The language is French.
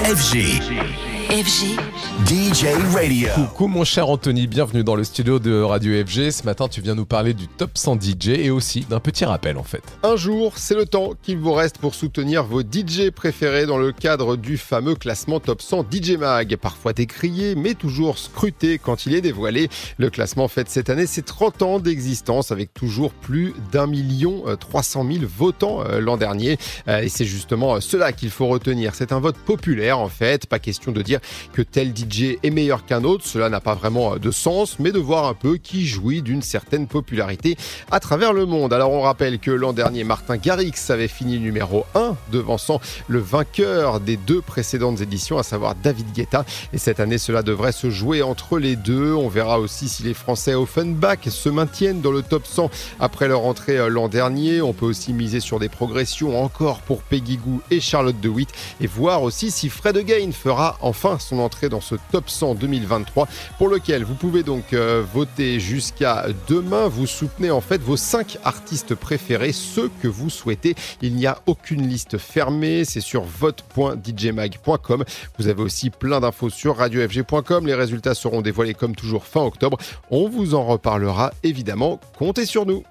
FG. FG. DJ Radio. Coucou mon cher Anthony, bienvenue dans le studio de Radio FG. Ce matin, tu viens nous parler du Top 100 DJ et aussi d'un petit rappel en fait. Un jour, c'est le temps qu'il vous reste pour soutenir vos DJ préférés dans le cadre du fameux classement Top 100 DJ Mag. Parfois décrié, mais toujours scruté quand il est dévoilé. Le classement fête cette année ses 30 ans d'existence avec toujours plus d'1 300 000 votants l'an dernier. Et c'est justement cela qu'il faut retenir. C'est un vote populaire en fait. Pas question de dire que tel DJ est meilleur qu'un autre. Cela n'a pas vraiment de sens, mais de voir un peu qui jouit d'une certaine popularité à travers le monde. Alors on rappelle que l'an dernier, Martin Garrix avait fini numéro 1, devançant le vainqueur des 2 précédentes éditions, à savoir David Guetta. Et cette année, cela devrait se jouer entre les deux. On verra aussi si les Français Offenbach se maintiennent dans le top 100 après leur entrée l'an dernier. On peut aussi miser sur des progressions encore pour Peggy Gou et Charlotte de Witt et voir aussi si Fred Again fera enfin son entrée dans ce top 100 2023 pour lequel vous pouvez donc voter jusqu'à demain. Vous soutenez en fait vos 5 artistes préférés, ceux que vous souhaitez. Il n'y a aucune liste fermée, c'est sur vote.djmag.com. Vous avez aussi plein d'infos sur radiofg.com. Les résultats seront dévoilés comme toujours fin octobre. On vous en reparlera évidemment. Comptez sur nous.